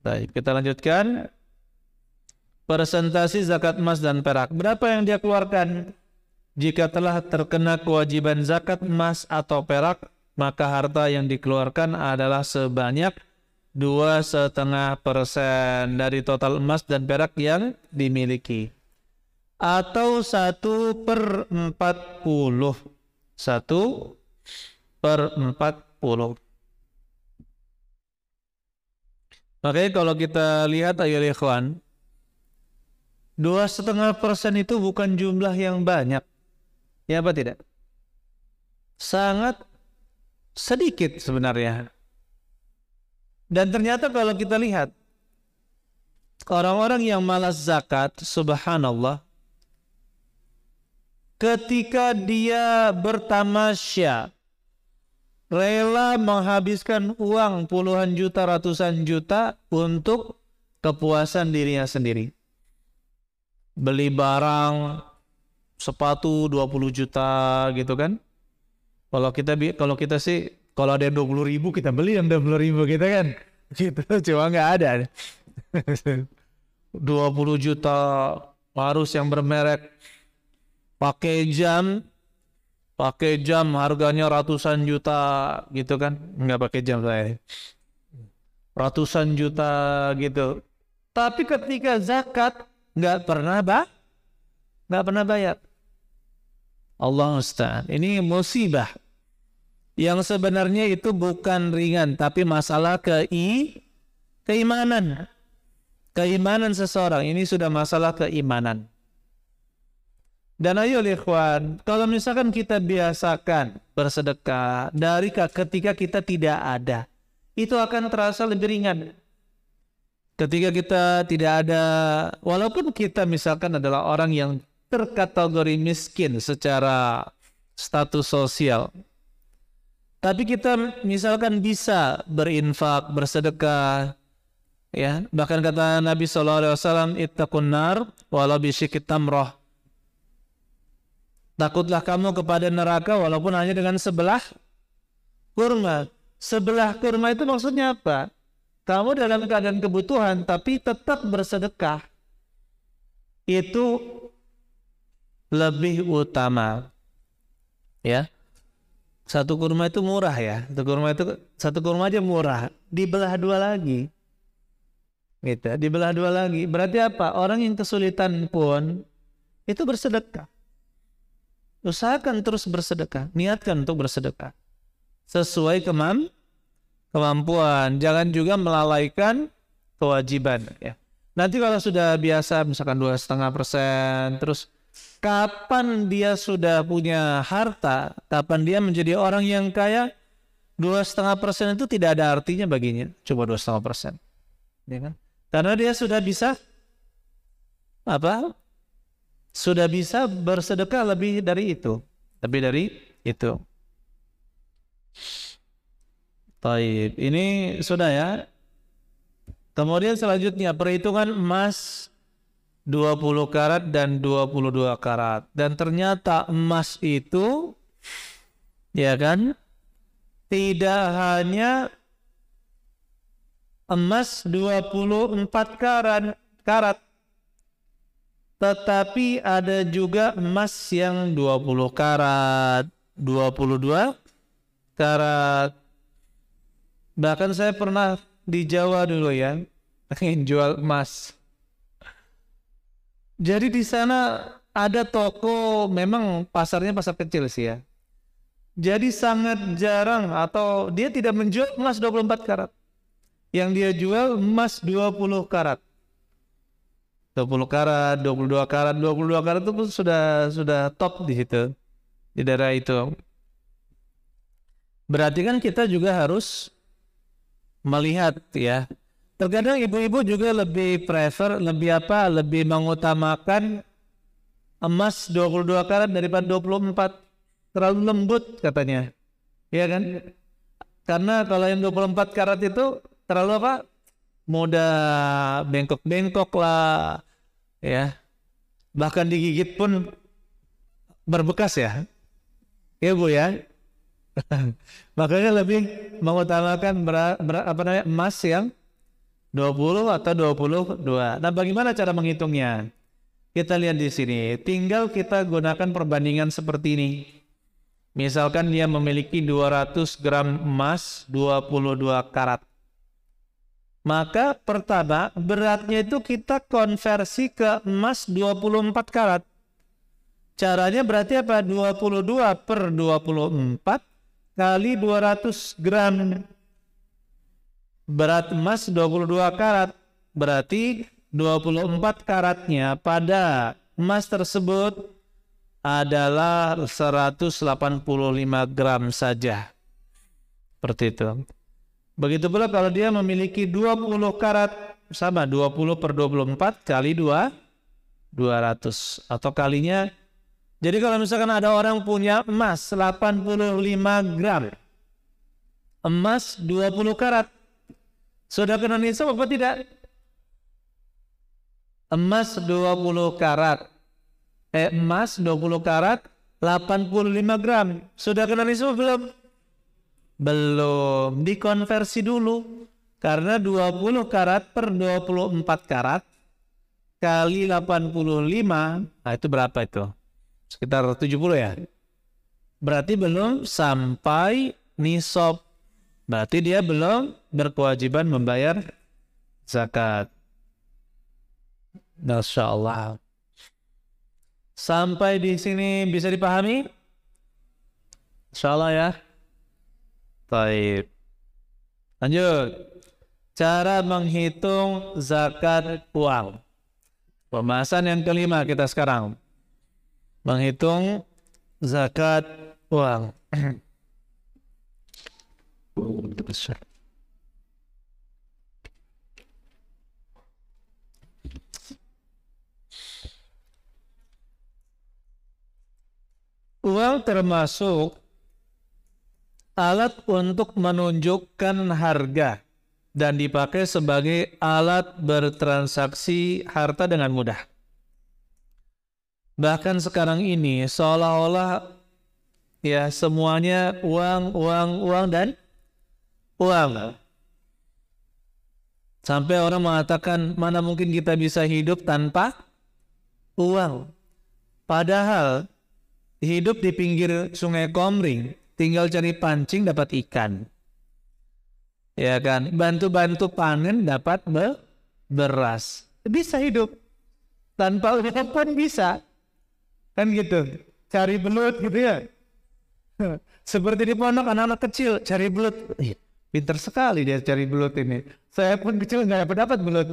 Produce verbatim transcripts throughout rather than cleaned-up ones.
Baik, kita lanjutkan. Persentase zakat emas dan perak. Berapa yang dia keluarkan? Jika telah terkena kewajiban zakat emas atau perak, maka harta yang dikeluarkan adalah sebanyak dua setengah persen dari total emas dan perak yang dimiliki, atau satu per empat puluh. Satu per empat puluh. Makanya kalau kita lihat ayo ikhwan, dua setengah persen itu bukan jumlah yang banyak, ya apa tidak? Sangat sedikit sebenarnya. Dan ternyata kalau kita lihat orang-orang yang malas zakat, subhanallah, ketika dia bertamasya, rela menghabiskan uang puluhan juta, ratusan juta untuk kepuasan dirinya sendiri. Beli barang sepatu dua puluh juta gitu kan. Kalau kita kalau kita sih kalau ada dua puluh ribu kita beli yang dua puluh ribu gitu kan. Gitu cuma nggak ada. dua puluh juta harus yang bermerek. Pakai jam pakai jam harganya ratusan juta gitu kan. Nggak pakai jam saya. Ratusan juta gitu. Tapi ketika zakat nggak pernah bah, nggak pernah bayar. Allah musta'an. Ini musibah. Yang sebenarnya itu bukan ringan, tapi masalah kei, keimanan. Keimanan seseorang ini sudah masalah keimanan. Dan ayo ikhwan, kalau misalkan kita biasakan bersedekah dari ketika kita tidak ada, itu akan terasa lebih ringan. Ketika kita tidak ada, walaupun kita misalkan adalah orang yang terkategori miskin secara status sosial, tapi kita misalkan bisa berinfak, bersedekah, ya, bahkan kata Nabi shallallahu alaihi wasallam, ittaqun nar walau bisyikit tamrah. Takutlah kamu kepada neraka walaupun hanya dengan sebelah kurma. Sebelah kurma itu maksudnya apa? Kamu dalam keadaan kebutuhan tapi tetap bersedekah, itu lebih utama. Ya, satu kurma itu murah ya. Satu kurma itu satu kurma aja murah. Dibelah dua lagi, gitu. Dibelah dua lagi. Berarti apa? Orang yang kesulitan pun itu bersedekah. Usahakan terus bersedekah. Niatkan untuk bersedekah sesuai kemampuan. Kemampuan, jangan juga melalaikan kewajiban. Ya. Nanti kalau sudah biasa, misalkan dua setengah persen, terus kapan dia sudah punya harta, kapan dia menjadi orang yang kaya, dua setengah persen itu tidak ada artinya baginya. Coba dua setengah persen, ya kan? Karena dia sudah bisa apa? Sudah bisa bersedekah lebih dari itu, lebih dari itu. Baik, ini sudah ya. Kemudian selanjutnya perhitungan emas dua puluh karat dan dua puluh dua karat. Dan ternyata emas itu, ya kan, tidak hanya emas dua puluh empat karat, karat, tetapi ada juga emas yang dua puluh karat, dua puluh dua karat. Bahkan saya pernah di Jawa dulu ya, pengen jual emas. Jadi di sana ada toko, memang pasarnya pasar kecil sih ya. Jadi sangat jarang atau dia tidak menjual emas dua puluh empat karat. Yang dia jual emas dua puluh karat. dua puluh karat, dua puluh dua karat, dua puluh dua karat itu pun sudah sudah top di situ, di daerah itu. Berarti kan kita juga harus melihat ya. Terkadang ibu-ibu juga lebih prefer, lebih apa, lebih mengutamakan emas dua puluh dua karat daripada dua puluh empat. Terlalu lembut katanya. Iya kan? Karena kalau yang dua puluh empat karat itu terlalu apa? Mudah bengkok-bengkok lah. Ya. Bahkan digigit pun berbekas ya. Ya Bu ya. Makanya lebih mengutamakan ber, ber, apa namanya, emas yang dua puluh atau dua puluh dua. Nah, bagaimana cara menghitungnya? Kita lihat di sini. Tinggal kita gunakan perbandingan seperti ini. Misalkan dia memiliki dua ratus gram emas dua puluh dua karat. Maka pertama beratnya itu kita konversi ke emas dua puluh empat karat. Caranya berarti apa? dua puluh dua per dua puluh empat kali dua ratus gram. Berat emas dua puluh dua karat. Berarti dua puluh empat karatnya pada emas tersebut adalah seratus delapan puluh lima gram saja. Seperti itu. Begitu pula kalau dia memiliki dua puluh karat, sama dua puluh per dua puluh empat kali dua, dua ratus. Atau kalinya, jadi kalau misalkan ada orang punya emas delapan puluh lima gram, emas dua puluh karat, sudah kena nisab apa tidak? Emas dua puluh karat, eh, emas dua puluh karat, delapan puluh lima gram, sudah kena nisab belum? Belum, dikonversi dulu. Karena dua puluh karat per dua puluh empat karat kali delapan puluh lima, nah itu berapa itu? Sekitar tujuh puluh ya? Berarti belum sampai nisab. Berarti dia belum berkewajiban membayar zakat. Masya Allah. Sampai di sini bisa dipahami? Insya Allah ya. Baik. Lanjut. Cara menghitung zakat uang. Pembahasan yang kelima kita sekarang. Menghitung zakat uang. Uang termasuk alat untuk menunjukkan harga dan dipakai sebagai alat bertransaksi harta dengan mudah. Bahkan sekarang ini seolah-olah ya semuanya uang, uang, uang dan uang. Sampai orang mengatakan mana mungkin kita bisa hidup tanpa uang. Padahal hidup di pinggir sungai Komering, tinggal cari pancing dapat ikan. Ya kan, bantu-bantu panen dapat be beras. Bisa hidup. Tanpa uang pun bisa. Kan gitu. Cari belut gitu ya. Seperti di pondok anak-anak kecil cari belut. Ih, pinter sekali dia cari belut ini. Saya pun kecil nggak dapat dapat belut.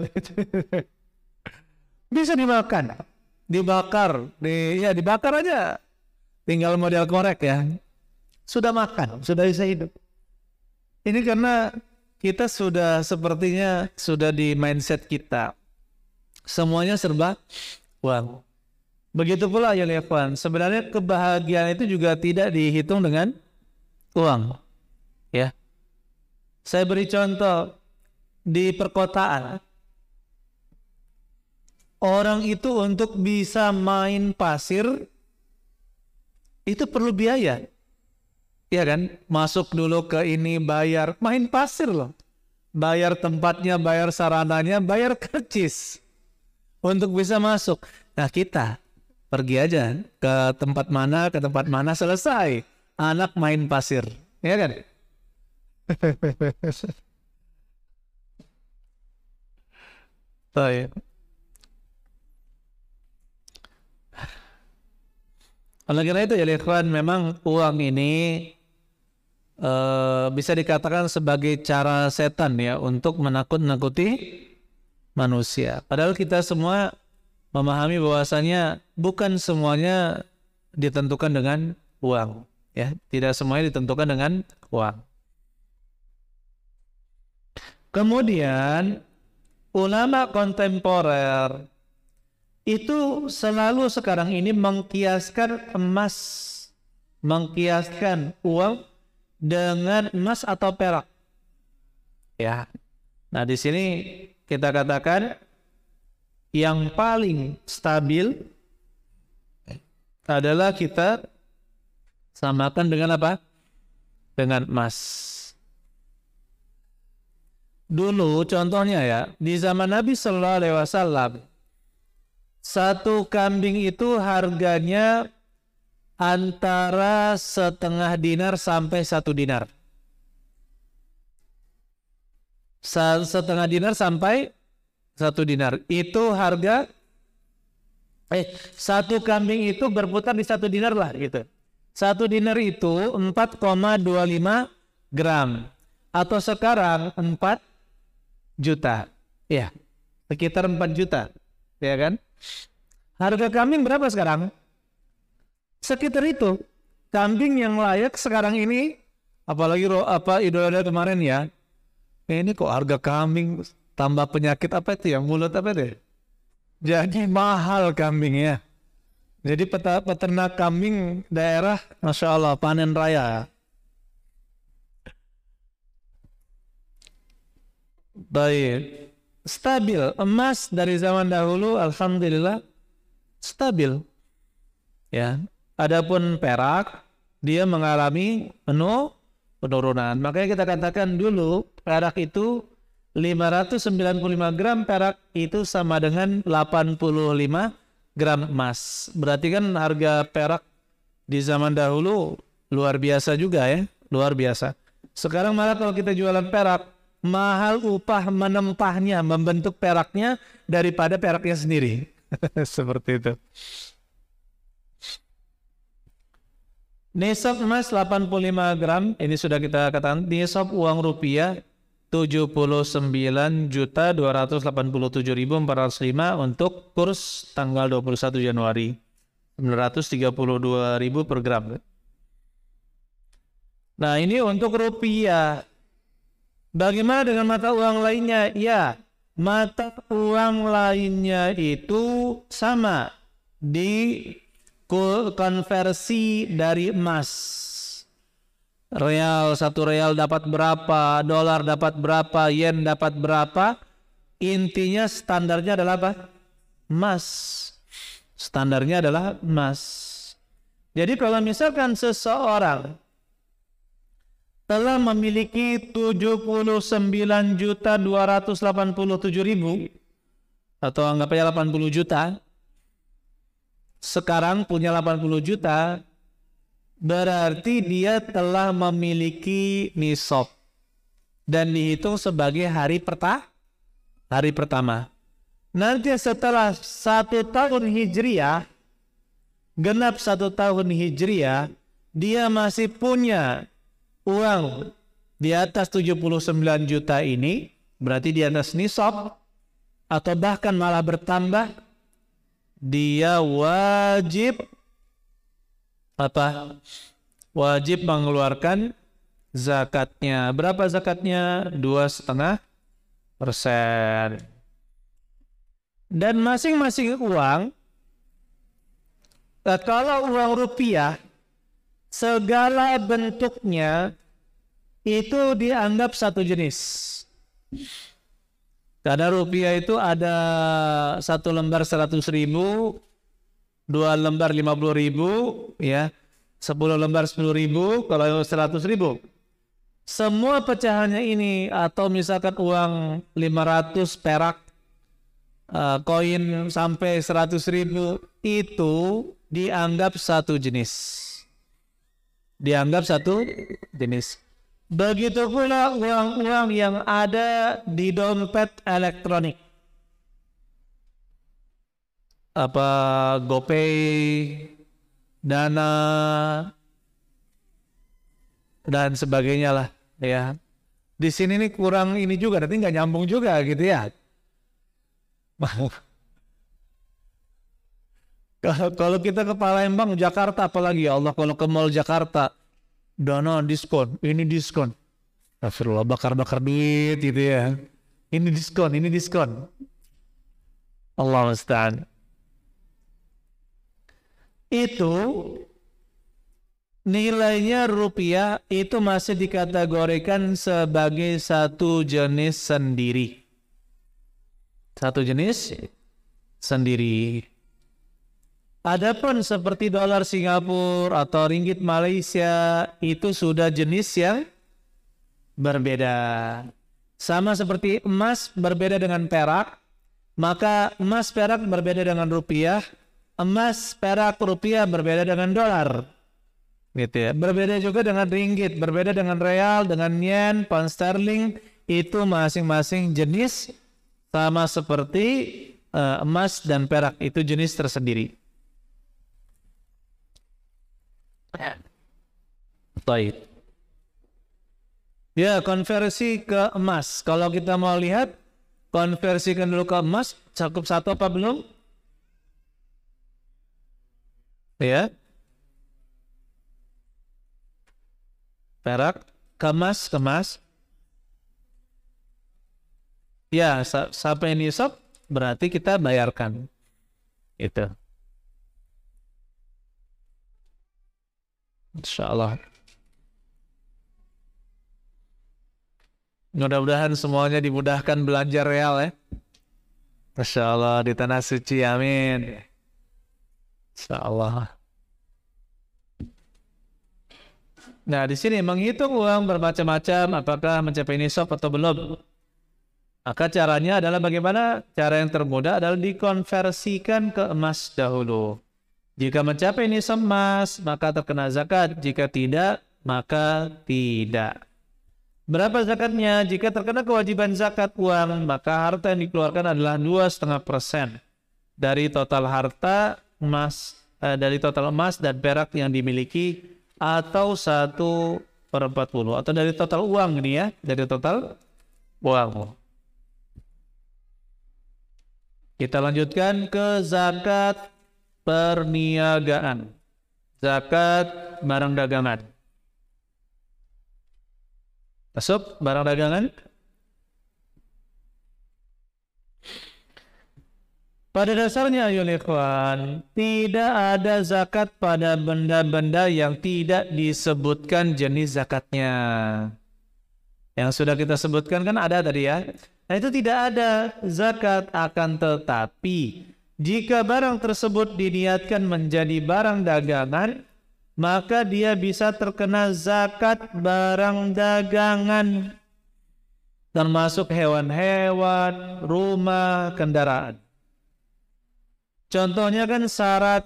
Bisa dimakan. Dibakar, di ya dibakar aja. Tinggal model korek ya. Sudah makan, sudah bisa hidup. Ini karena kita sudah sepertinya sudah di mindset kita. Semuanya serba uang. Begitu pula ya ikhwan, sebenarnya kebahagiaan itu juga tidak dihitung dengan uang. Ya. Saya beri contoh di perkotaan. Orang itu untuk bisa main pasir itu perlu biaya. Iya kan? Masuk dulu ke ini bayar, main pasir loh. Bayar tempatnya, bayar sarananya, bayar karcis untuk bisa masuk. Nah kita pergi aja ke tempat mana, ke tempat mana, selesai. Anak main pasir. Iya kan? Baik. Oleh karena itu ya ikhwan, memang uang ini Uh, bisa dikatakan sebagai cara setan ya untuk menakut-nakuti manusia. Padahal kita semua memahami bahwasanya bukan semuanya ditentukan dengan uang, ya. Tidak semuanya ditentukan dengan uang. Kemudian ulama kontemporer itu selalu sekarang ini mengkiaskan emas, mengkiaskan uang dengan emas atau perak. Ya. Nah, di sini kita katakan yang paling stabil adalah kita samakan dengan apa? Dengan emas. Dulu contohnya ya, di zaman Nabi Shallallahu Alaihi Wasallam, satu kambing itu harganya antara setengah dinar sampai satu dinar. Setengah dinar sampai satu dinar. Itu harga, eh satu kambing itu berputar di satu dinar lah gitu. Satu dinar itu empat koma dua lima gram. Atau sekarang empat juta. Ya, sekitar empat juta. Ya kan? Harga kambing berapa sekarang? Sekitar itu. Kambing yang layak sekarang ini, apalagi apa Idul Adha kemarin ya. Ini kok harga kambing tambah penyakit apa itu ya? Mulut apa itu? Jadi mahal kambingnya. Jadi peternak kambing daerah, Masya Allah, panen raya. Baik. Stabil. Emas dari zaman dahulu, alhamdulillah, stabil. Ya. Adapun perak, dia mengalami penuh penurunan. Makanya kita katakan dulu, perak itu lima ratus sembilan puluh lima gram perak itu sama dengan delapan puluh lima gram emas. Berarti kan harga perak di zaman dahulu luar biasa juga ya, luar biasa. Sekarang malah kalau kita jualan perak, mahal upah menempahnya, membentuk peraknya daripada peraknya sendiri. Seperti itu. Nisab emas delapan puluh lima gram, ini sudah kita katakan. Nisab uang rupiah tujuh puluh sembilan juta dua ratus delapan puluh tujuh ribu empat ratus lima untuk kurs tanggal dua puluh satu Januari, sembilan ratus tiga puluh dua ribu per gram. Nah, ini untuk rupiah. Bagaimana dengan mata uang lainnya? Ya, mata uang lainnya itu sama, di konversi dari emas. Real, satu real dapat berapa, dolar dapat berapa, yen dapat berapa. Intinya standarnya adalah apa? Emas. Standarnya adalah emas. Jadi kalau misalkan seseorang telah memiliki tujuh puluh sembilan juta dua ratus delapan puluh tujuh ribu, atau anggap aja delapan puluh juta, sekarang punya delapan puluh juta, berarti dia telah memiliki nisab dan dihitung sebagai hari perta, hari pertama. Nanti setelah satu tahun hijriah, genap satu tahun hijriah, dia masih punya uang di atas tujuh puluh sembilan juta ini, berarti di atas nisab, atau bahkan malah bertambah, dia wajib apa? Wajib mengeluarkan zakatnya. Berapa zakatnya? Dua setengah persen. Dan masing-masing uang, kalau uang rupiah, segala bentuknya itu dianggap satu jenis. Karena rupiah itu ada satu lembar seratus ribu, dua lembar lima puluh ribu, ya, sepuluh lembar sepuluh ribu, kalau seratus ribu. Semua pecahannya ini, atau misalkan uang lima ratus perak, uh, koin sampai seratus ribu, itu dianggap satu jenis. Dianggap satu jenis. Begitu pula uang-uang yang ada di dompet elektronik. Apa GoPay, Dana, dan sebagainya lah ya. Di sini nih kurang ini juga, nanti nggak nyambung juga gitu ya. Kalau kita ke Palembang, Jakarta apalagi ya Allah, kalau ke mall Jakarta, Dana diskon, ini diskon. Astagfirullah, bakar-bakar duit gitu ya. Ini diskon, ini diskon. Allah musta'an. Itu nilainya rupiah itu masih dikategorikan sebagai satu jenis sendiri. Satu jenis sendiri. Adapun seperti dolar Singapura atau ringgit Malaysia itu sudah jenis yang berbeda. Sama seperti emas berbeda dengan perak, maka emas perak berbeda dengan rupiah, emas perak rupiah berbeda dengan dolar. Gitu ya. Berbeda juga dengan ringgit, berbeda dengan real, dengan yen, pound sterling, itu masing-masing jenis sama seperti uh, emas dan perak, itu jenis tersendiri. Baik. Ya, konversi ke emas. Kalau kita mau lihat, konversikan dulu ke emas, cukup satu apa belum? Ya. Perak, ke emas, ke emas. Ya, sampai nisab berarti kita bayarkan. Itu. Insyaallah. Mudah-mudahan semuanya dimudahkan belanja real ya. Masya Allah di tanah suci, amin. Insya Allah. Nah di sini menghitung uang bermacam-macam, apakah mencapai nisab atau belum. Maka caranya adalah bagaimana? Cara yang termudah adalah dikonversikan ke emas dahulu. Jika mencapai nisab emas, maka terkena zakat. Jika tidak, maka tidak. Berapa zakatnya? Jika terkena kewajiban zakat uang, maka harta yang dikeluarkan adalah dua koma lima persen dari total harta emas, eh, dari total emas dan perak yang dimiliki, atau satu per empat puluh, atau dari total uang ini ya, dari total uang. Kita lanjutkan ke zakat perniagaan, zakat barang dagangan. Masuk barang dagangan. Pada dasarnya ayol ikhwan, tidak ada zakat pada benda-benda yang tidak disebutkan jenis zakatnya. Yang sudah kita sebutkan kan ada tadi ya. Nah itu tidak ada zakat, akan tetapi jika barang tersebut diniatkan menjadi barang dagangan, maka dia bisa terkena zakat barang dagangan, termasuk hewan-hewan, rumah, kendaraan. Contohnya kan syarat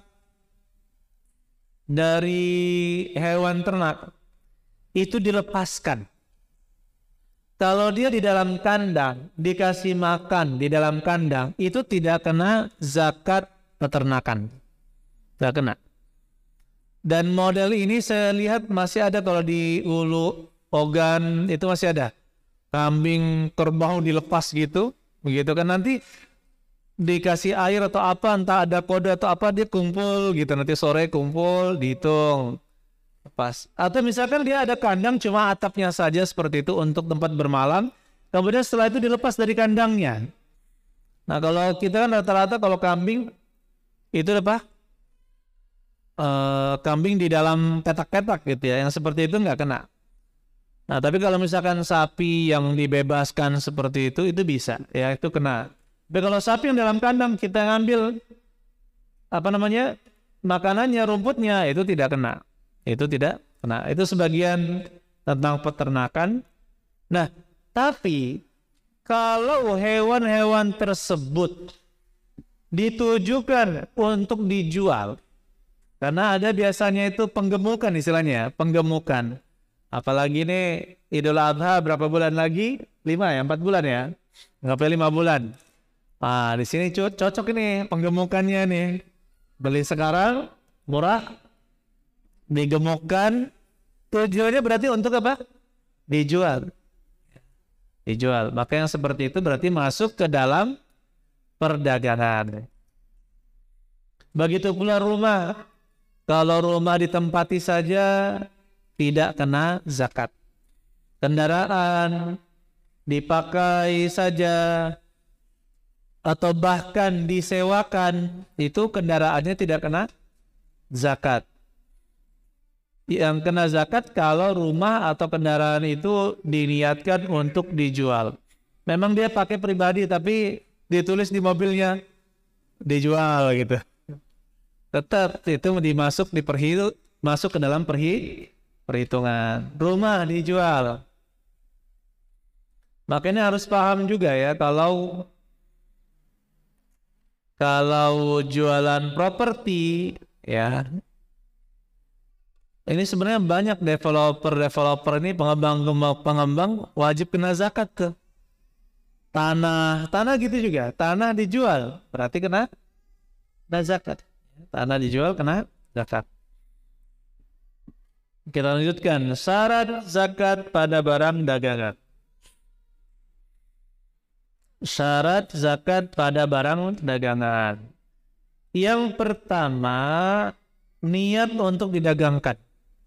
dari hewan ternak itu dilepaskan. Kalau dia di dalam kandang, dikasih makan di dalam kandang, itu tidak kena zakat peternakan. Tidak kena. Dan model ini saya lihat masih ada kalau di Ulu, Ogan, itu masih ada. Kambing, kerbau dilepas gitu, begitu kan, nanti dikasih air atau apa, entah ada kode atau apa, dia kumpul gitu, nanti sore kumpul, dihitung, lepas. Atau misalkan dia ada kandang cuma atapnya saja seperti itu untuk tempat bermalam, kemudian setelah itu dilepas dari kandangnya. Nah kalau kita kan rata-rata kalau kambing itu apa? Uh, kambing di dalam petak-petak gitu ya, yang seperti itu nggak kena. Nah tapi kalau misalkan sapi yang dibebaskan seperti itu, itu bisa ya, itu kena. Tapi kalau sapi yang dalam kandang kita ngambil apa namanya makanannya, rumputnya, itu tidak kena. Itu tidak kena. Itu sebagian tentang peternakan. Nah tapi kalau hewan-hewan tersebut ditujukan untuk dijual, karena ada biasanya itu penggemukan istilahnya, penggemukan. Apalagi ini Idul Adha berapa bulan lagi? Lima ya, empat bulan ya, nggak sampai lima bulan. Nah di sini cocok ini penggemukannya nih. Beli sekarang murah, digemukkan. Tujuannya berarti untuk apa? Dijual. Dijual. Maka yang seperti itu berarti masuk ke dalam perdagangan. Begitu pula rumah. Kalau rumah ditempati saja tidak kena zakat. Kendaraan dipakai saja atau bahkan disewakan, itu kendaraannya tidak kena zakat. Yang kena zakat kalau rumah atau kendaraan itu diniatkan untuk dijual. Memang dia pakai pribadi tapi ditulis di mobilnya dijual gitu. Tetap itu dimasuk di perhitung, masuk ke dalam perhi, perhitungan. Rumah dijual. Makanya harus paham juga ya kalau kalau jualan properti ya. Ini sebenarnya banyak developer-developer ini pengembang-pengembang wajib kena zakat tuh. Tanah, tanah gitu juga. Tanah dijual, berarti kena, kena zakat. Tanah dijual kena zakat. Kita lanjutkan. Syarat zakat pada barang dagangan. Syarat zakat pada barang dagangan. Yang pertama, niat untuk didagangkan.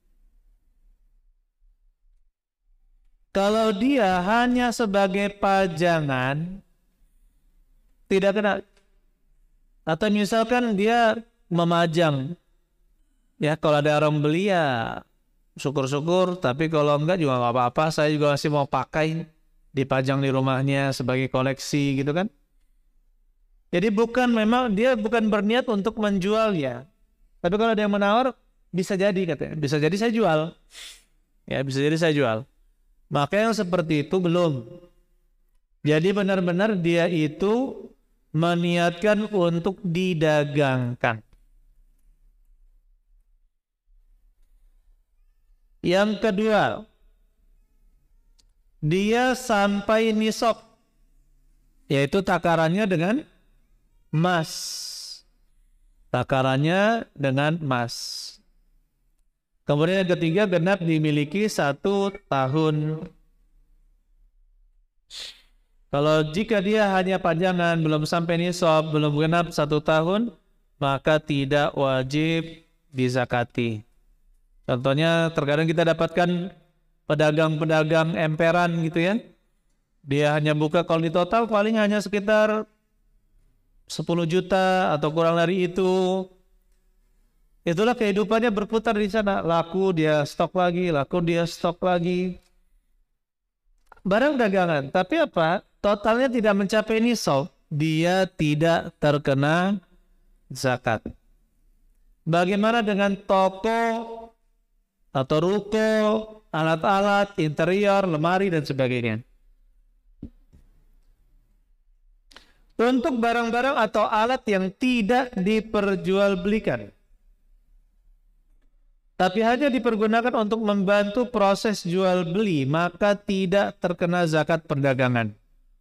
Kalau dia hanya sebagai pajangan, tidak kena. Atau misalkan dia memajang, ya kalau ada orang beli ya syukur-syukur, tapi kalau enggak juga nggak apa-apa, saya juga masih mau pakai, dipajang di rumahnya sebagai koleksi gitu kan. Jadi bukan memang dia bukan berniat untuk menjualnya, tapi kalau ada yang menawar bisa jadi katanya, bisa jadi saya jual, ya bisa jadi saya jual. Maka yang seperti itu belum. Jadi benar-benar dia itu meniatkan untuk didagangkan. Yang kedua, dia sampai nisab, yaitu takarannya dengan emas. Takarannya dengan emas. Kemudian yang ketiga, genap dimiliki satu tahun. Kalau jika dia hanya pajangan, belum sampai nisab, belum genap satu tahun, maka tidak wajib dizakati. Contohnya terkadang kita dapatkan pedagang-pedagang emperan gitu ya. Dia hanya buka kalau di total paling hanya sekitar sepuluh juta atau kurang dari itu. Itulah kehidupannya berputar di sana. Laku dia stok lagi, laku dia stok lagi. Barang dagangan. Tapi apa? Totalnya tidak mencapai nisab. Dia tidak terkena zakat. Bagaimana dengan toko atau ruko, alat-alat, interior, lemari dan sebagainya? Untuk barang-barang atau alat yang tidak diperjualbelikan, tapi hanya dipergunakan untuk membantu proses jual beli, maka tidak terkena zakat perdagangan.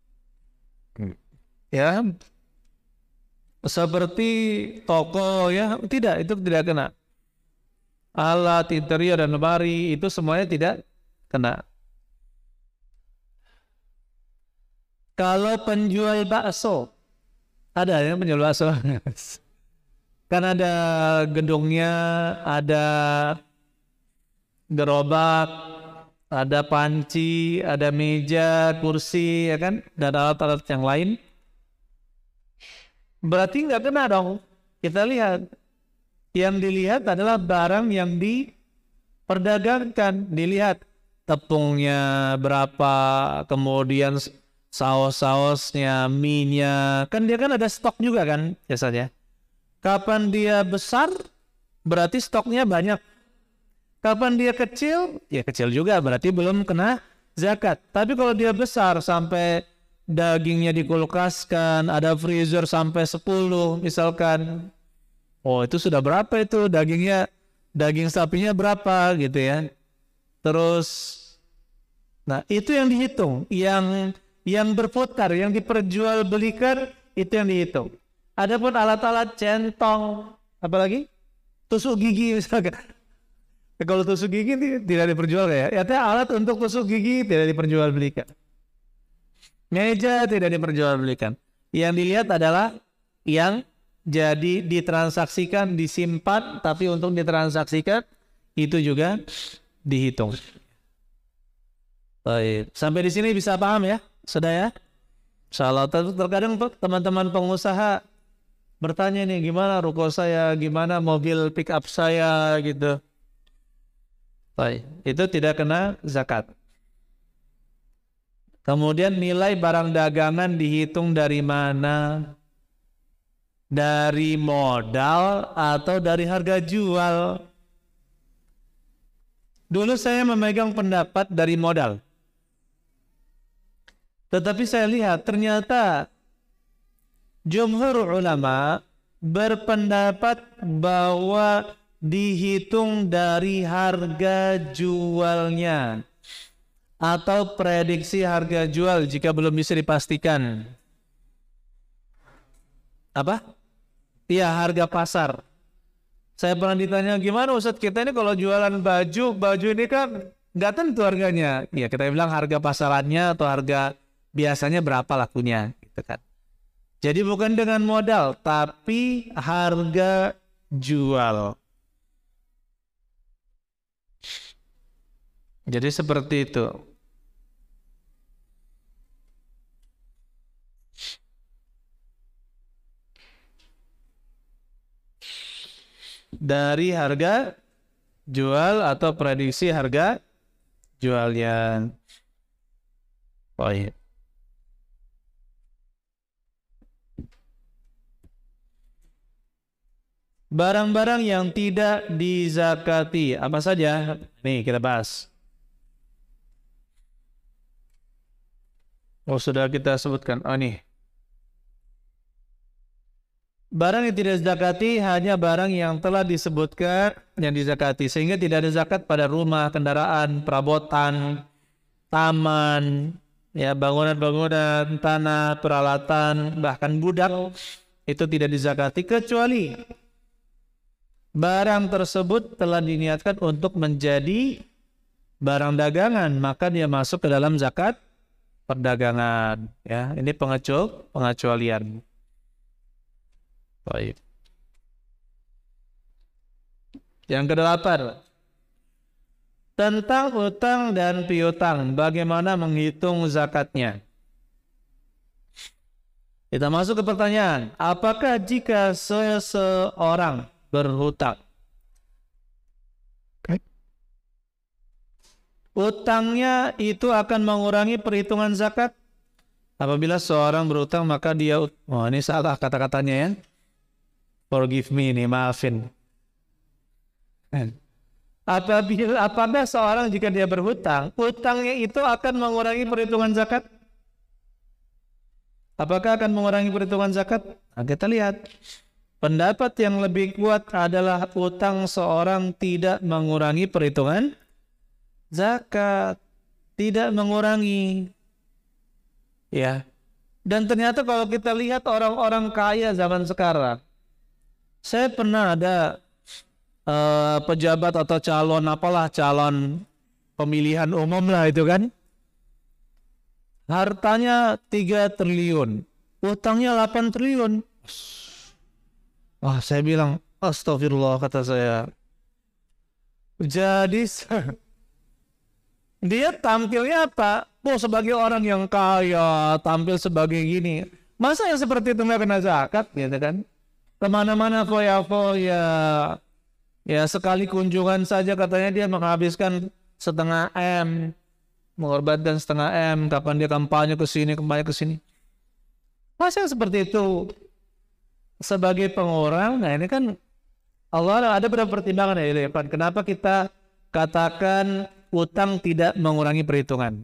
Ya, seperti toko ya, tidak, itu tidak kena. Alat interior dan lemari itu semuanya tidak kena. Kalau penjual bakso, ada yang penjual bakso. Kan ada gedungnya, ada gerobak, ada panci, ada meja, kursi, ya kan, dan alat-alat yang lain. Berarti nggak kena dong. Kita lihat, yang dilihat adalah barang yang diperdagangkan. Dilihat tepungnya berapa, kemudian saus-sausnya, mie-nya, kan dia kan ada stok juga kan biasanya. Kapan dia besar, berarti stoknya banyak. Kapan dia kecil, ya kecil juga, berarti belum kena zakat. Tapi kalau dia besar sampai dagingnya dikulkaskan, ada freezer sampai sepuluh misalkan. Oh itu sudah berapa itu dagingnya, daging sapinya berapa gitu ya. Terus, nah itu yang dihitung, yang yang berputar, yang diperjualbelikan itu yang dihitung. Adapun alat-alat centong, apalagi tusuk gigi misalkan. Kalau tusuk gigi tidak diperjualkan ya. Artinya alat untuk tusuk gigi tidak diperjualbelikan. Meja tidak diperjualbelikan. Yang dilihat adalah yang jadi ditransaksikan, disimpan, tapi untuk ditransaksikan itu juga dihitung. Baik. Sampai di sini bisa paham ya, sudah ya? Insyaallah. Terkadang teman-teman pengusaha bertanya nih, gimana ruko saya, gimana mobil pick up saya gitu. Baik, itu tidak kena zakat. Kemudian nilai barang dagangan dihitung dari mana? Dari modal atau dari harga jual? Dulu saya memegang pendapat dari modal. Tetapi saya lihat ternyata jumhur ulama berpendapat bahwa dihitung dari harga jualnya atau prediksi harga jual jika belum bisa dipastikan. Apa? Iya, harga pasar. Saya pernah ditanya, gimana Ustadz, kita ini kalau jualan baju, baju ini kan nggak tentu harganya. Ya kita bilang harga pasarannya atau harga biasanya berapa lakunya, gitu kan. Jadi bukan dengan modal, tapi harga jual. Jadi seperti itu. Dari harga jual atau prediksi harga jualnya. Baik. Barang-barang yang tidak dizakati apa saja? Nih kita bahas. Oh sudah kita sebutkan. Oh nih. Barang yang tidak dizakati hanya barang yang telah disebutkan yang dizakati, sehingga tidak ada zakat pada rumah, kendaraan, perabotan, taman, ya bangunan-bangunan, tanah, peralatan, bahkan budak itu tidak dizakati kecuali barang tersebut telah diniatkan untuk menjadi barang dagangan, maka dia masuk ke dalam zakat perdagangan. Ya, ini pengecualian. pengecualian. Baik. Yang kedelapan, tentang utang dan piutang, bagaimana menghitung zakatnya? Kita masuk ke pertanyaan, apakah jika seseorang berhutang, okay, utangnya itu akan mengurangi perhitungan zakat? Apabila seorang berhutang maka dia, oh ini salah kata-katanya ya. Forgive me nih, maafin. Apabila apabila seorang jika dia berhutang, utangnya itu akan mengurangi perhitungan zakat? Apakah akan mengurangi perhitungan zakat? Nah, kita lihat. Pendapat yang lebih kuat adalah utang seorang tidak mengurangi perhitungan zakat, tidak mengurangi. Ya. Dan ternyata kalau kita lihat orang-orang kaya zaman sekarang, saya pernah ada uh, pejabat atau calon apalah calon pemilihan umum lah itu kan, hartanya tiga triliun, utangnya delapan triliun. Wah, saya bilang astagfirullah, kata saya. Jadi dia tampilnya apa? Oh, sebagai orang yang kaya, tampil sebagai gini. Masa yang seperti itu nggak kena zakat, gitu kan? Kemana-mana foya-foya, ya sekali kunjungan saja katanya dia menghabiskan setengah M, mengorbankan setengah M. Kapan dia kampanye ke sini, kampanye ke sini. Masa seperti itu sebagai pengurang? Nah ini kan Allah ada beberapa pertimbangan ya, kenapa kita katakan utang tidak mengurangi perhitungan.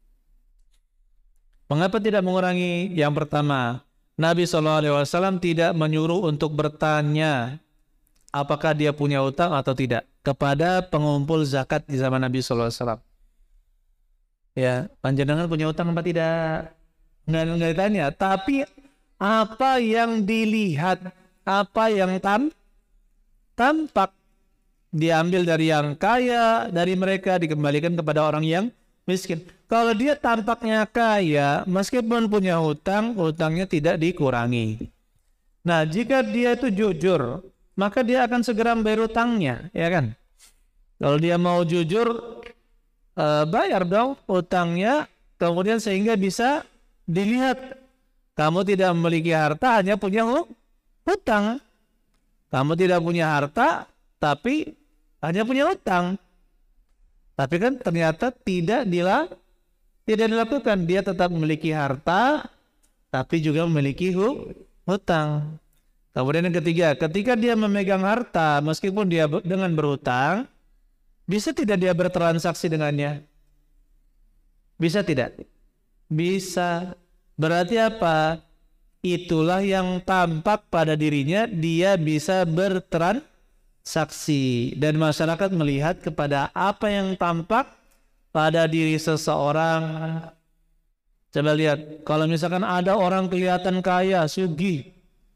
Mengapa tidak mengurangi? Yang pertama, Nabi shallallahu alaihi wasallam tidak menyuruh untuk bertanya apakah dia punya utang atau tidak kepada pengumpul zakat di zaman Nabi shallallahu alaihi wasallam. Ya, panjenengan punya utang apa tidak? Nggak, nggak ditanya. Tapi apa yang dilihat, apa yang tam, tampak, diambil dari yang kaya, dari mereka dikembalikan kepada orang yang miskin. Kalau dia tampaknya kaya, meskipun punya hutang, hutangnya tidak dikurangi. Nah, jika dia itu jujur, maka dia akan segera membayar hutangnya, ya kan? Kalau dia mau jujur, uh, bayar dong hutangnya, kemudian sehingga bisa dilihat kamu tidak memiliki harta, hanya punya hutang. Kamu tidak punya harta, tapi hanya punya hutang. Tapi kan ternyata tidak dilakukan. Tidak dilakukan, dia tetap memiliki harta, tapi juga memiliki hutang. Kemudian yang ketiga, ketika dia memegang harta, meskipun dia dengan berhutang, bisa tidak dia bertransaksi dengannya? Bisa tidak? Bisa. Berarti apa? Itulah yang tampak pada dirinya, dia bisa bertransaksi dan masyarakat melihat kepada apa yang tampak pada diri seseorang. Coba lihat, kalau misalkan ada orang kelihatan kaya, sugih,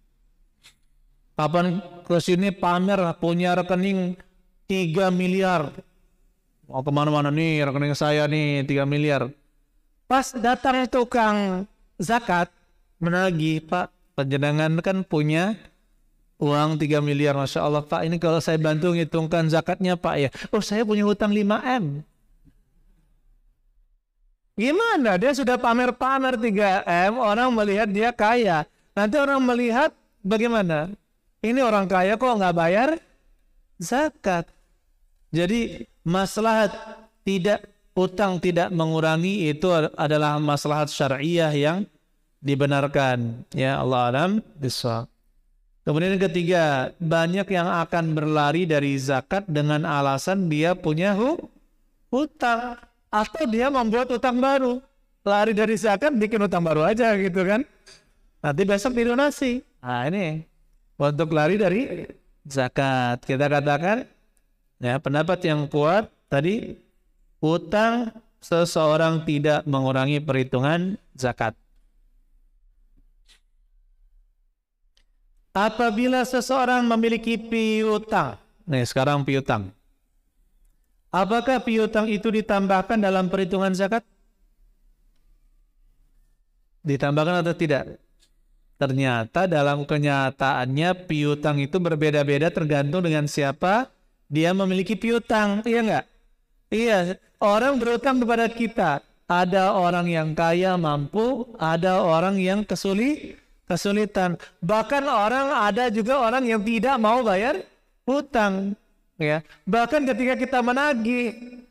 kapan kesini pamer punya rekening tiga miliar, mau kemana-mana nih rekening saya nih tiga miliar. Pas datang tukang zakat menagih, Pak, panjenengan kan punya uang tiga miliar, Masya Allah Pak, ini kalau saya bantu ngitungkan zakatnya Pak ya. Oh, saya punya hutang lima M. Gimana? Dia sudah pamer-pamer tiga M, orang melihat dia kaya. Nanti orang melihat bagaimana? Ini orang kaya kok nggak bayar zakat. Jadi maslahat tidak utang tidak mengurangi itu adalah maslahat syariah yang dibenarkan. Ya Allah alam bisawab. Kemudian yang ketiga, banyak yang akan berlari dari zakat dengan alasan dia punya hu hutang atau dia membuat hutang baru. Lari dari zakat bikin hutang baru aja gitu kan. Nanti besok dilunasi. Nah ini untuk lari dari zakat. Kita katakan ya pendapat yang kuat tadi, hutang seseorang tidak mengurangi perhitungan zakat. Apabila seseorang memiliki piutang, nih sekarang piutang, apakah piutang itu ditambahkan dalam perhitungan zakat? Ditambahkan atau tidak? Ternyata dalam kenyataannya piutang itu berbeda-beda tergantung dengan siapa dia memiliki piutang, iya enggak? Iya, orang berutang kepada kita. Ada orang yang kaya mampu, ada orang yang kesulitan. kesulitan. Bahkan orang ada juga orang yang tidak mau bayar hutang, ya. Bahkan ketika kita menagih,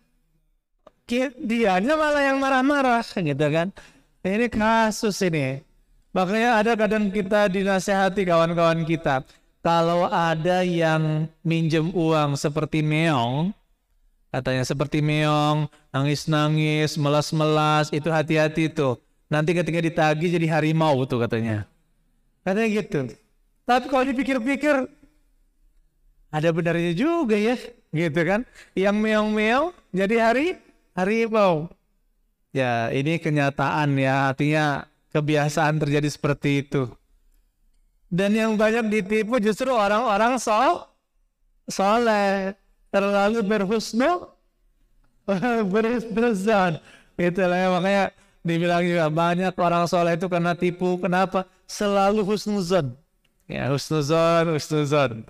dianya malah yang marah-marah, gitu kan. Ini kasus ini. Makanya ada kadang kita dinasehati kawan-kawan kita, kalau ada yang minjem uang seperti meong, katanya seperti meong, nangis-nangis, melas-melas, itu hati-hati tuh. Nanti ketika ditagih jadi harimau tuh katanya. Katanya gitu. Tapi kalau dipikir-pikir ada benarnya juga ya, gitu kan? Yang meong-meong jadi hari harimau. Ya ini kenyataan ya, artinya kebiasaan terjadi seperti itu. Dan yang banyak ditipu justru orang-orang sol soleh, terlalu berhusnul berhusnuzan. Itulah ya, makanya dibilang juga banyak orang soleh itu karena tipu. Kenapa? Selalu husnuzon. Ya, husnuzon, husnuzon.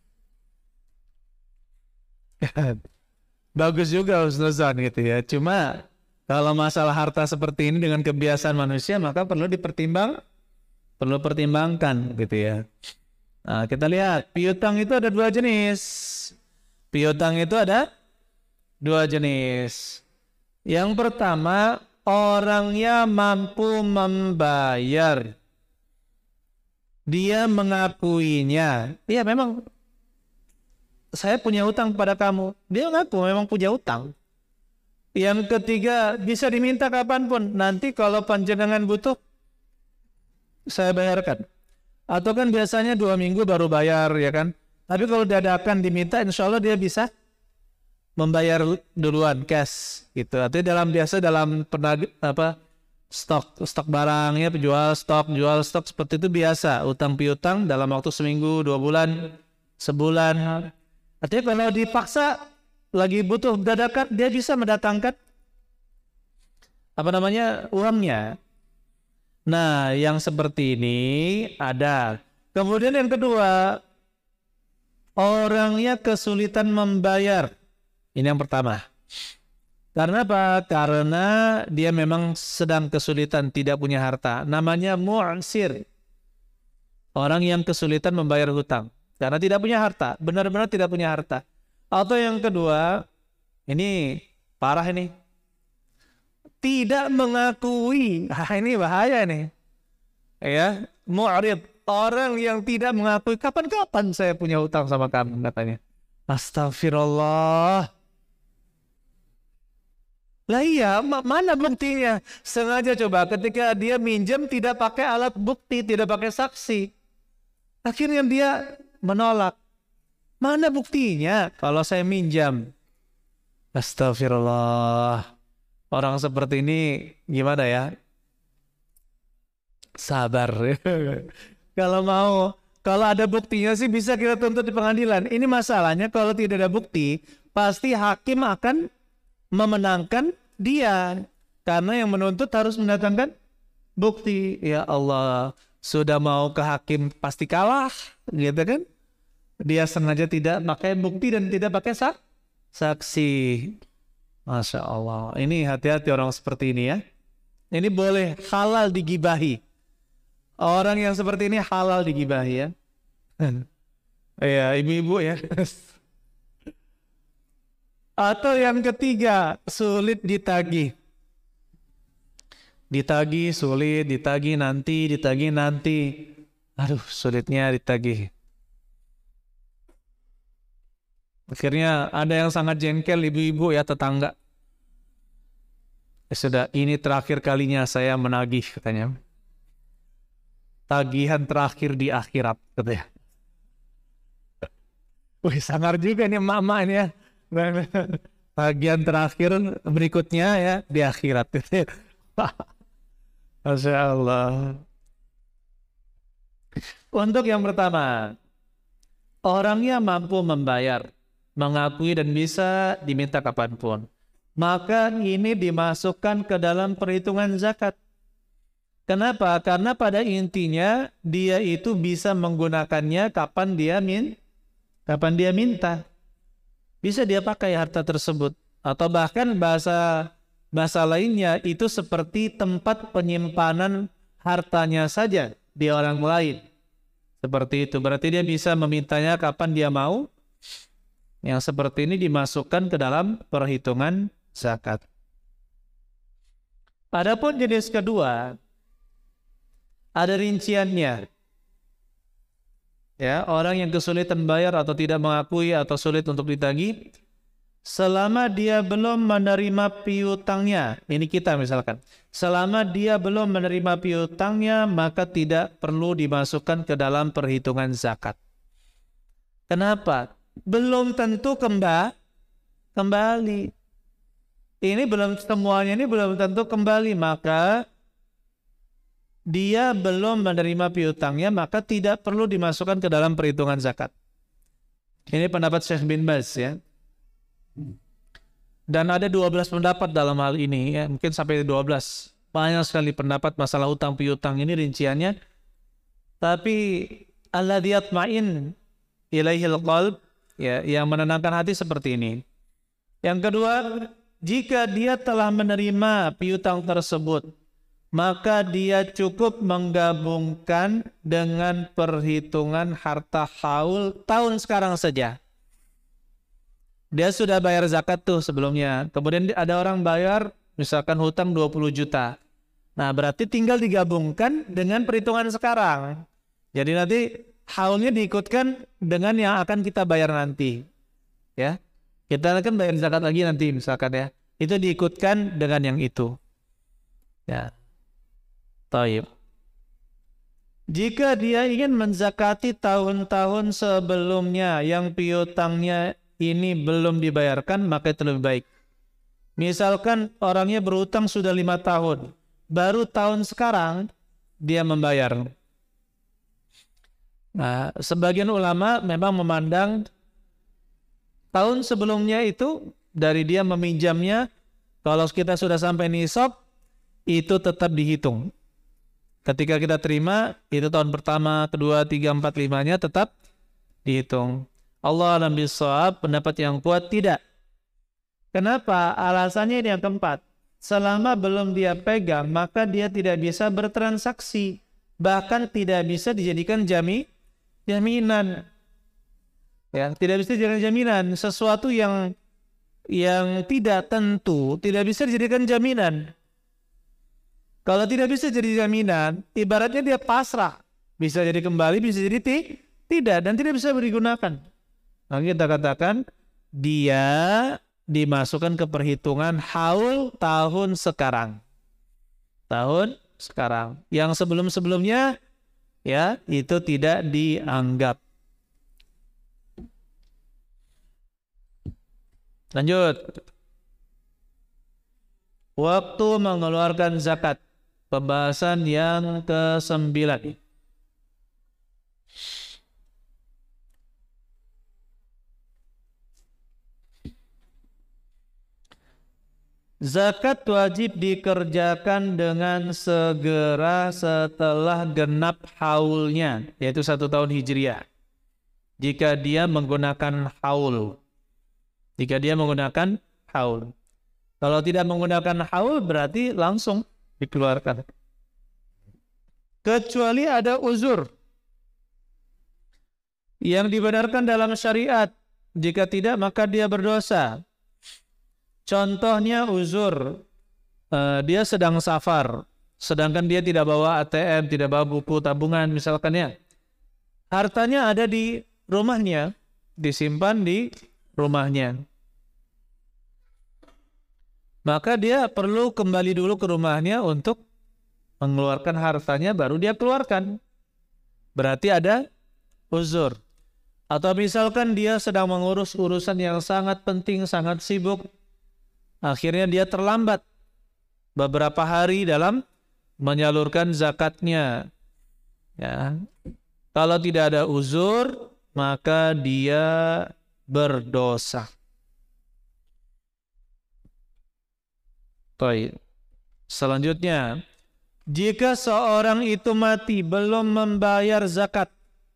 Bagus juga husnuzon gitu ya. Cuma kalau masalah harta seperti ini dengan kebiasaan manusia, maka perlu dipertimbang, perlu pertimbangkan gitu ya. Nah, kita lihat piutang itu ada dua jenis. Piutang itu ada dua jenis. Yang pertama, orangnya mampu membayar. Dia mengakuinya. Iya memang saya punya utang kepada kamu. Dia ngaku memang punya utang. Yang ketiga, bisa diminta kapanpun. Nanti kalau panjenengan butuh, saya bayarkan. Atau kan biasanya dua minggu baru bayar ya kan. Tapi kalau dadakan diminta, insya Allah dia bisa membayar duluan cash gitu. Artinya dalam biasa dalam penag apa stok stok barangnya, penjual stok, jual stok seperti itu biasa. Utang piutang dalam waktu seminggu, dua bulan, sebulan. Artinya kalau dipaksa lagi butuh dadakan, dia bisa mendatangkan apa namanya uangnya. Nah, yang seperti ini ada. Kemudian yang kedua, orangnya kesulitan membayar. Ini yang pertama. Karena apa? Karena dia memang sedang kesulitan, tidak punya harta. Namanya mu'sir. Orang yang kesulitan membayar hutang. Karena tidak punya harta. Benar-benar tidak punya harta. Atau yang kedua, ini parah ini. Tidak mengakui. Ah, ini bahaya nih. Ya, mu'rid. Orang yang tidak mengakui. Kapan-kapan saya punya hutang sama kamu katanya. Astagfirullah. Lah iya, ma- mana buktinya? Sengaja coba ketika dia minjem tidak pakai alat bukti, tidak pakai saksi. Akhirnya dia menolak. Mana buktinya kalau saya minjam? Astagfirullah. Orang seperti ini gimana ya? Sabar. Kalau mau, kalau ada buktinya sih bisa kita tuntut di pengadilan. Ini masalahnya kalau tidak ada bukti, pasti hakim akan memenangkan dia. Karena yang menuntut harus mendatangkan bukti. Ya Allah, sudah mau ke hakim pasti kalah, gitu kan? Dia sengaja tidak pakai bukti dan tidak pakai sak saksi. Masya Allah. Ini hati-hati orang seperti ini ya. Ini boleh halal digibahi. Orang yang seperti ini halal digibahi ya. Iya, ibu-ibu ya. Atau yang ketiga, sulit ditagih. Ditagih, sulit, ditagih nanti, ditagih nanti. Aduh, sulitnya ditagih. Akhirnya ada yang sangat jengkel ibu-ibu ya, tetangga. Ya sudah, ini terakhir kalinya saya menagih katanya. Tagihan terakhir di akhirat katanya. Wih, sangar juga nih mama ini ya. Tagihan terakhir berikutnya ya di akhirat. Masya Allah. Untuk yang pertama, orangnya mampu membayar, mengakui dan bisa diminta kapanpun, maka ini dimasukkan ke dalam perhitungan zakat. Kenapa? Karena pada intinya dia itu bisa menggunakannya kapan dia min, kapan dia minta. Bisa dia pakai harta tersebut. Atau bahkan bahasa bahasa lainnya itu seperti tempat penyimpanan hartanya saja di orang lain. Seperti itu. Berarti dia bisa memintanya kapan dia mau. Yang seperti ini dimasukkan ke dalam perhitungan zakat. Adapun jenis kedua, ada rinciannya. Ya, orang yang kesulitan bayar atau tidak mengakui atau sulit untuk ditagih, selama dia belum menerima piutangnya, ini kita misalkan, selama dia belum menerima piutangnya, maka tidak perlu dimasukkan ke dalam perhitungan zakat. Kenapa? Belum tentu kembali. Kembali. Ini belum semuanya ini belum tentu kembali, maka dia belum menerima piutangnya, maka tidak perlu dimasukkan ke dalam perhitungan zakat. Ini pendapat Syekh bin Baz ya. Dan ada dua belas pendapat dalam hal ini ya, mungkin sampai dua belas. Banyak sekali pendapat masalah utang piutang ini rinciannya. Tapi alladzi yatma'in ilaihil qalb, ya, yang menenangkan hati seperti ini. Yang kedua, jika dia telah menerima piutang tersebut, maka dia cukup menggabungkan dengan perhitungan harta haul tahun sekarang saja. Dia sudah bayar zakat tuh sebelumnya. Kemudian ada orang bayar misalkan hutang dua puluh juta. Nah, berarti tinggal digabungkan dengan perhitungan sekarang. Jadi nanti haulnya diikutkan dengan yang akan kita bayar nanti. Ya. Kita akan bayar zakat lagi nanti misalkan ya. Itu diikutkan dengan yang itu. Ya. Taib. Jika dia ingin menzakati tahun-tahun sebelumnya yang piutangnya ini belum dibayarkan, maka itu lebih baik. Misalkan orangnya berutang sudah lima tahun, baru tahun sekarang dia membayar. Nah, sebagian ulama memang memandang tahun sebelumnya itu dari dia meminjamnya, kalau kita sudah sampai nisab, itu tetap dihitung. Ketika kita terima, itu tahun pertama, kedua, tiga, empat, limanya tetap dihitung. Allah alam bisawab, pendapat yang kuat tidak. Kenapa? Alasannya ini yang keempat. Selama belum dia pegang, maka dia tidak bisa bertransaksi. Bahkan tidak bisa dijadikan jami, jaminan. Ya, tidak bisa dijadikan jaminan. Sesuatu yang yang tidak tentu, tidak bisa dijadikan jaminan. Kalau tidak bisa jadi jaminan, ibaratnya dia pasrah. Bisa jadi kembali, bisa jadi tidak, dan tidak bisa digunakan. Nah, kita katakan dia dimasukkan ke perhitungan haul tahun sekarang. Tahun sekarang. Yang sebelum-sebelumnya ya itu tidak dianggap. Lanjut. Waktu mengeluarkan zakat. Pembahasan yang kesembilan. Zakat wajib dikerjakan dengan segera setelah genap haulnya, yaitu satu tahun hijriah. Jika dia menggunakan haul. Jika dia menggunakan haul. Kalau tidak menggunakan haul berarti langsung dikeluarkan. Kecuali ada uzur yang dibenarkan dalam syariat. Jika tidak maka dia berdosa. Contohnya uzur, uh, dia sedang safar, sedangkan dia tidak bawa A T M, tidak bawa buku tabungan misalkan ya. Hartanya ada di rumahnya, disimpan di rumahnya. Maka dia perlu kembali dulu ke rumahnya untuk mengeluarkan hartanya, baru dia keluarkan. Berarti ada uzur. Atau misalkan dia sedang mengurus urusan yang sangat penting, sangat sibuk, akhirnya dia terlambat beberapa hari dalam menyalurkan zakatnya. Ya. Kalau tidak ada uzur, maka dia berdosa. Baik. Selanjutnya, jika seorang itu mati belum membayar zakat,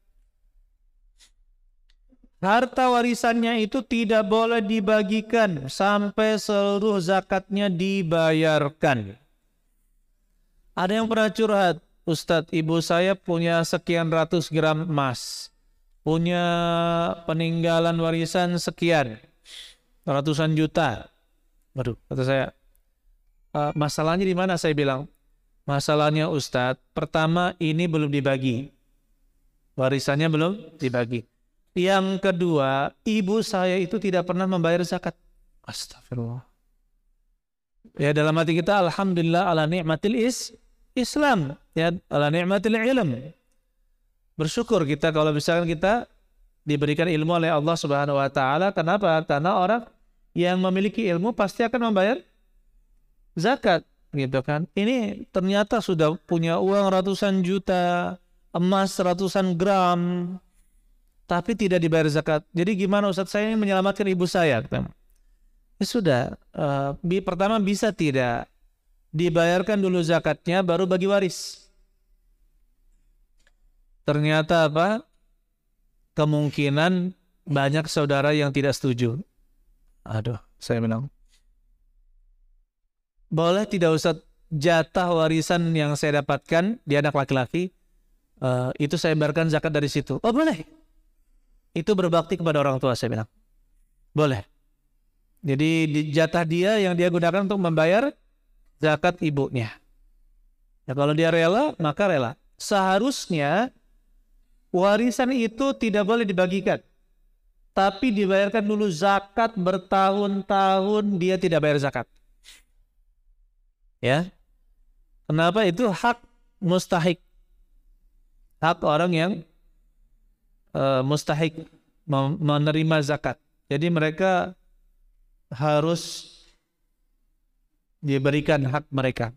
harta warisannya itu tidak boleh dibagikan sampai seluruh zakatnya dibayarkan. Ada yang pernah curhat, Ustadz, ibu saya punya sekian ratus gram emas, punya peninggalan warisan sekian, ratusan juta. Waduh, kata saya, e, masalahnya di mana? Saya bilang, masalahnya Ustadz, pertama ini belum dibagi, warisannya belum dibagi. Yang kedua, ibu saya itu tidak pernah membayar zakat. Astagfirullah. Ya, dalam hati kita, alhamdulillah ala ni'matil is Islam, ya, ala ni'matil ilm. Bersyukur kita kalau misalkan kita diberikan ilmu oleh Allah Subhanahu wa taala. Kenapa? Karena orang yang memiliki ilmu pasti akan membayar zakat, gitu kan. Ini ternyata sudah punya uang ratusan juta, emas ratusan gram, tapi tidak dibayar zakat. Jadi gimana Ustaz, saya ingin menyelamatkan ibu saya. Ya sudah, uh, bi pertama bisa tidak dibayarkan dulu zakatnya, baru bagi waris. Ternyata apa? Kemungkinan banyak saudara yang tidak setuju. Aduh, saya bilang, boleh tidak Ustaz, jatah warisan yang saya dapatkan di anak laki-laki, uh, itu saya bayarkan zakat dari situ. Oh boleh. Itu berbakti kepada orang tua, saya bilang. Boleh. Jadi di jatah dia yang dia gunakan untuk membayar zakat ibunya. Ya, kalau dia rela, maka rela. Seharusnya warisan itu tidak boleh dibagikan. Tapi dibayarkan dulu zakat, bertahun-tahun dia tidak bayar zakat. Ya. Kenapa? Itu hak mustahik. Hak orang yang Uh, mustahik menerima zakat. Jadi mereka harus diberikan hak mereka.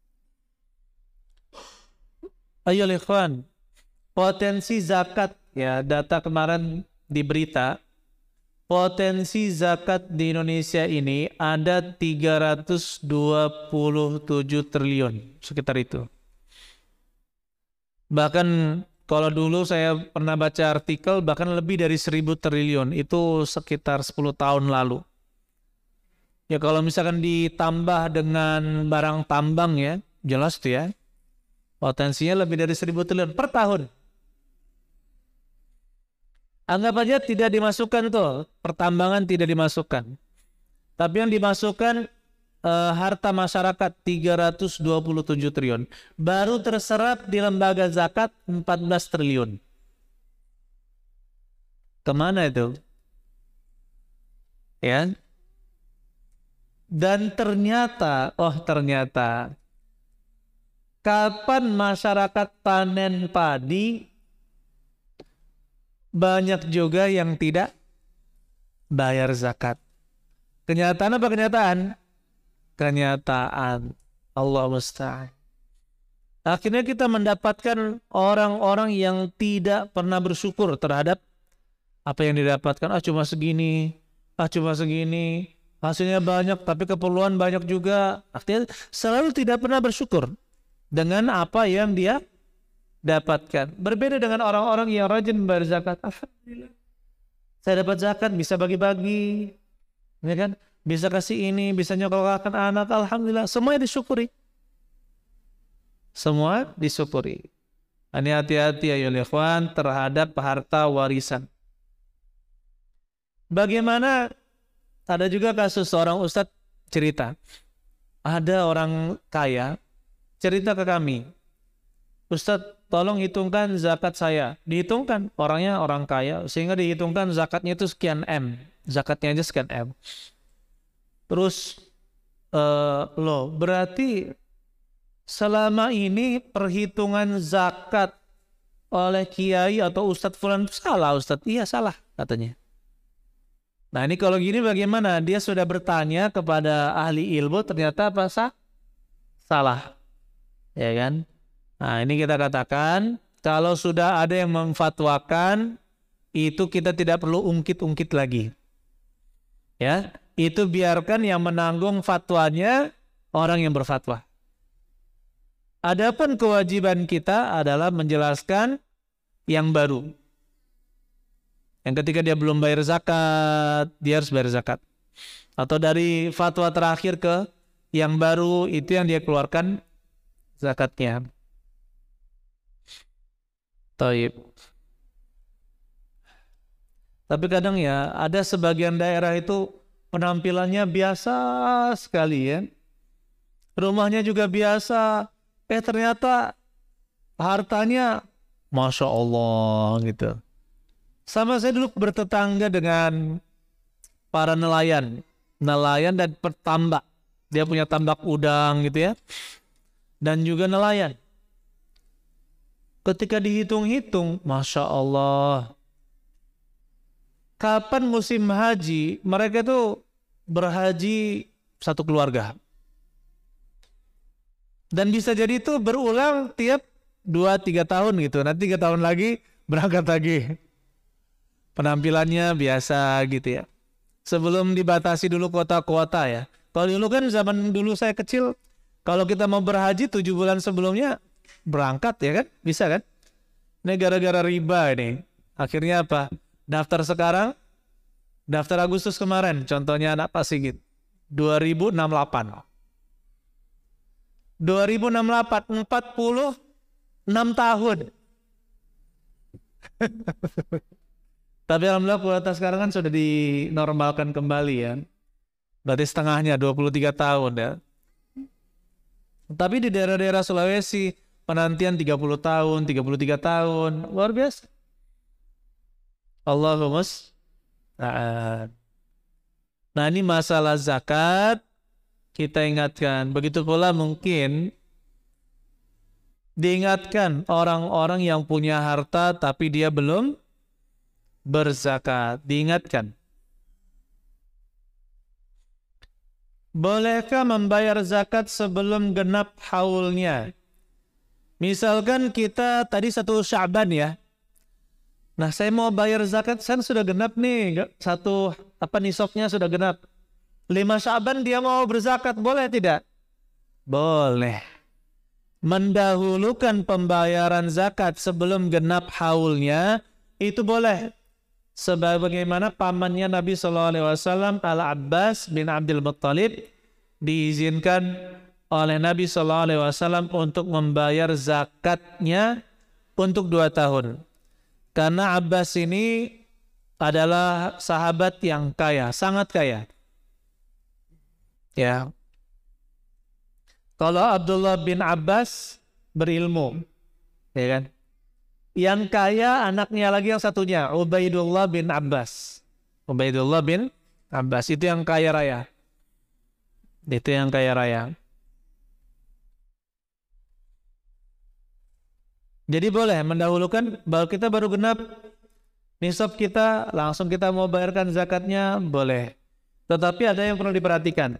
Ayo ikhwan, potensi zakat, ya, data kemarin di berita, potensi zakat di Indonesia ini ada tiga ratus dua puluh tujuh triliun, sekitar itu. Bahkan kalau dulu saya pernah baca artikel, bahkan lebih dari seribu triliun, itu sekitar sepuluh tahun lalu. Ya kalau misalkan ditambah dengan barang tambang, ya jelas tuh ya, potensinya lebih dari seribu triliun per tahun. Anggap aja tidak dimasukkan tuh, pertambangan tidak dimasukkan. Tapi yang dimasukkan Uh, harta masyarakat tiga ratus dua puluh tujuh triliun, baru terserap di lembaga zakat empat belas triliun. Kemana itu? Ya, Dan ternyata, oh ternyata, kapan masyarakat panen padi, banyak juga yang tidak bayar zakat. Kenyataan apa kenyataan? Kenyataan. Allah musta'an. Akhirnya kita mendapatkan orang-orang yang tidak pernah bersyukur terhadap apa yang didapatkan. Ah cuma segini, ah cuma segini, hasilnya banyak tapi keperluan banyak juga. Artinya selalu tidak pernah bersyukur dengan apa yang dia dapatkan. Berbeda dengan orang-orang yang rajin membayar zakat. Alhamdulillah, saya dapat zakat, bisa bagi-bagi, ya kan? Bisa kasih ini, bisa nyokolahkan anak. Alhamdulillah, semuanya disyukuri. Semua disyukuri. Ini hati-hati ya ikhwan terhadap harta warisan. Bagaimana, ada juga kasus seorang ustadz cerita, ada orang kaya cerita ke kami, Ustadz tolong hitungkan zakat saya. Dihitungkan, orangnya orang kaya, sehingga dihitungkan zakatnya itu sekian M, zakatnya aja sekian M. Terus uh, loh berarti selama ini perhitungan zakat oleh kiai atau ustadz fulan salah ustadz. Iya salah katanya. Nah ini kalau gini bagaimana? Dia sudah bertanya kepada ahli ilmu, ternyata apa sah? Salah, ya kan? Nah ini kita katakan kalau sudah ada yang memfatwakan itu kita tidak perlu ungkit-ungkit lagi, ya. Itu biarkan yang menanggung fatwanya orang yang berfatwa. Adapun kewajiban kita adalah menjelaskan yang baru. Yang ketika dia belum bayar zakat, dia harus bayar zakat. Atau dari fatwa terakhir ke yang baru, itu yang dia keluarkan zakatnya. Taib. Tapi kadang ya, ada sebagian daerah itu penampilannya biasa sekali ya. Rumahnya juga biasa. Eh ternyata hartanya Masya Allah gitu. Sama saya dulu bertetangga dengan para nelayan. Nelayan dan petambak. Dia punya tambak udang gitu ya. Dan juga nelayan. Ketika dihitung-hitung, Masya Allah. Kapan musim haji, mereka itu berhaji satu keluarga. Dan bisa jadi itu berulang tiap dua tiga tahun gitu. Nanti tiga tahun lagi berangkat lagi. Penampilannya biasa gitu ya. Sebelum dibatasi dulu kuota-kuota ya. Kalau dulu kan zaman dulu saya kecil, kalau kita mau berhaji tujuh bulan sebelumnya berangkat ya kan, bisa kan? Ini gara-gara riba ini. Akhirnya apa? Daftar sekarang, daftar Agustus kemarin, contohnya anak Pak Sigit, dua ribu enam puluh delapan. dua ribu enam puluh delapan, empat puluh enam tahun. Tapi alhamdulillah kuota sekarang kan sudah dinormalkan kembali ya. Berarti setengahnya dua puluh tiga tahun ya. Tapi di daerah-daerah Sulawesi penantian tiga puluh tahun, tiga puluh tiga tahun. Luar biasa. Allahumma musta'an. Nah ini masalah zakat kita ingatkan. Begitu pula mungkin diingatkan orang-orang yang punya harta tapi dia belum berzakat. Diingatkan. Bolehkah membayar zakat sebelum genap haulnya? Misalkan kita tadi satu Sya'ban ya. Nah saya mau bayar zakat, saya sudah genap nih, satu apa nisabnya sudah genap. Lima Sya'ban dia mau berzakat, boleh tidak? Boleh. Mendahulukan pembayaran zakat sebelum genap haulnya, itu boleh. Sebagaimana pamannya Nabi shallallahu alaihi wasallam Al-Abbas bin Abdul Muttalib diizinkan oleh Nabi shallallahu alaihi wasallam untuk membayar zakatnya untuk dua tahun. Karena Abbas ini adalah sahabat yang kaya, sangat kaya. Ya. Kalau Abdullah bin Abbas berilmu, ya kan? Yang kaya anaknya lagi yang satunya, Ubaidullah bin Abbas. Ubaidullah bin Abbas itu yang kaya raya. Itu yang kaya raya. Jadi boleh mendahulukan, bahwa kita baru genap nisab kita, langsung kita mau bayarkan zakatnya, boleh. Tetapi ada yang perlu diperhatikan.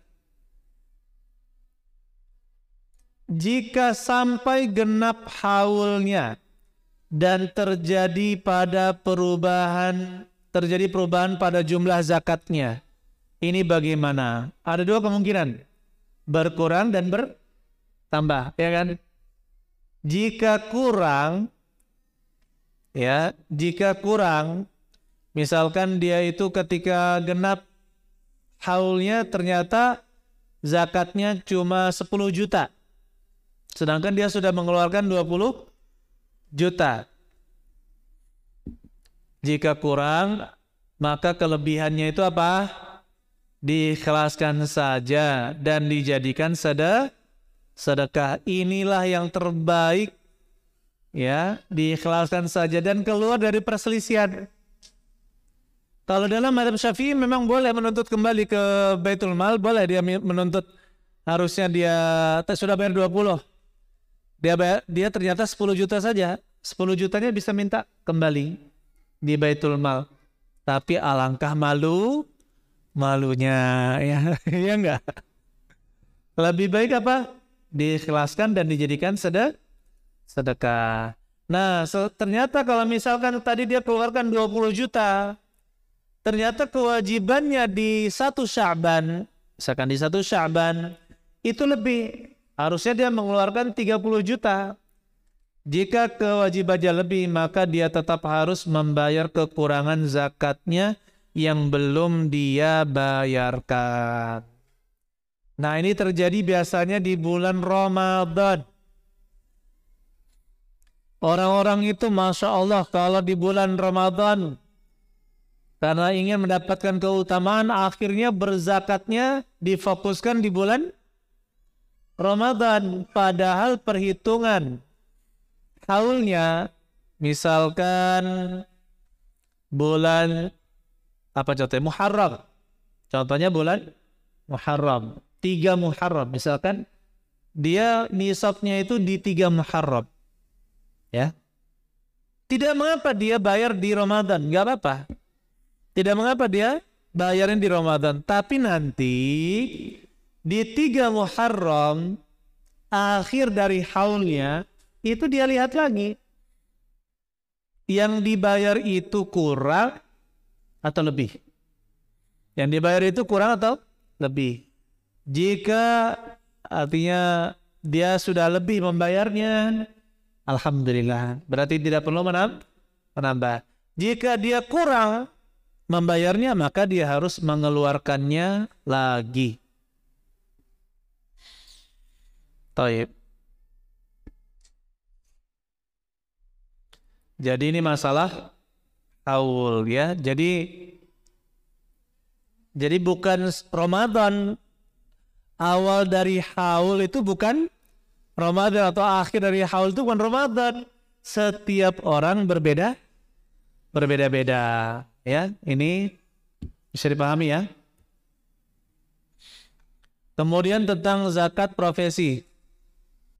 Jika sampai genap haulnya dan terjadi pada perubahan, terjadi perubahan pada jumlah zakatnya, ini bagaimana? Ada dua kemungkinan, berkurang dan bertambah, ya kan? Jika kurang, ya, jika kurang, misalkan dia itu ketika genap haulnya ternyata zakatnya cuma sepuluh juta, sedangkan dia sudah mengeluarkan dua puluh juta. Jika kurang, maka kelebihannya itu apa? Diikhlaskan saja dan dijadikan sedekah. Sedekah. Inilah yang terbaik, ya, diikhlaskan saja dan keluar dari perselisihan. Kalau dalam mazhab Syafi'i memang boleh menuntut kembali ke Baitul Mal, boleh dia menuntut, harusnya dia sudah bayar dua puluh. Dia bayar, dia ternyata sepuluh juta saja. sepuluh jutanya bisa minta kembali di Baitul Mal. Tapi alangkah malu malunya, ya, ya enggak? Lebih baik apa? Diikhlaskan dan dijadikan sedekah. Nah, ternyata kalau misalkan tadi dia keluarkan dua puluh juta, ternyata kewajibannya di satu Sya'ban, misalkan di satu Sya'ban itu lebih, harusnya dia mengeluarkan tiga puluh juta. Jika kewajibannya lebih, maka dia tetap harus membayar kekurangan zakatnya yang belum dia bayarkan. Nah, ini terjadi biasanya di bulan Ramadan. Orang-orang itu Masya Allah kalau di bulan Ramadan, karena ingin mendapatkan keutamaan, akhirnya berzakatnya difokuskan di bulan Ramadan. Padahal perhitungan haulnya, misalkan bulan, apa contohnya? Muharram. Contohnya bulan Muharram. Tiga Muharram, misalkan dia nisabnya itu di tiga Muharram, ya, tidak mengapa dia bayar di Ramadan, nggak apa-apa, tidak mengapa dia bayarin di Ramadan, tapi nanti di tiga Muharram akhir dari haulnya itu dia lihat lagi yang dibayar itu kurang atau lebih, yang dibayar itu kurang atau lebih. Jika artinya dia sudah lebih membayarnya, alhamdulillah, berarti tidak perlu menambah. Jika dia kurang membayarnya, maka dia harus mengeluarkannya lagi. Taib. Jadi ini masalah haul, ya. Jadi jadi bukan Ramadan, awal dari haul itu bukan Ramadan, atau akhir dari haul itu bukan Ramadan. Setiap orang berbeda, berbeda-beda, ya. Ini bisa dipahami, ya. Kemudian tentang zakat profesi.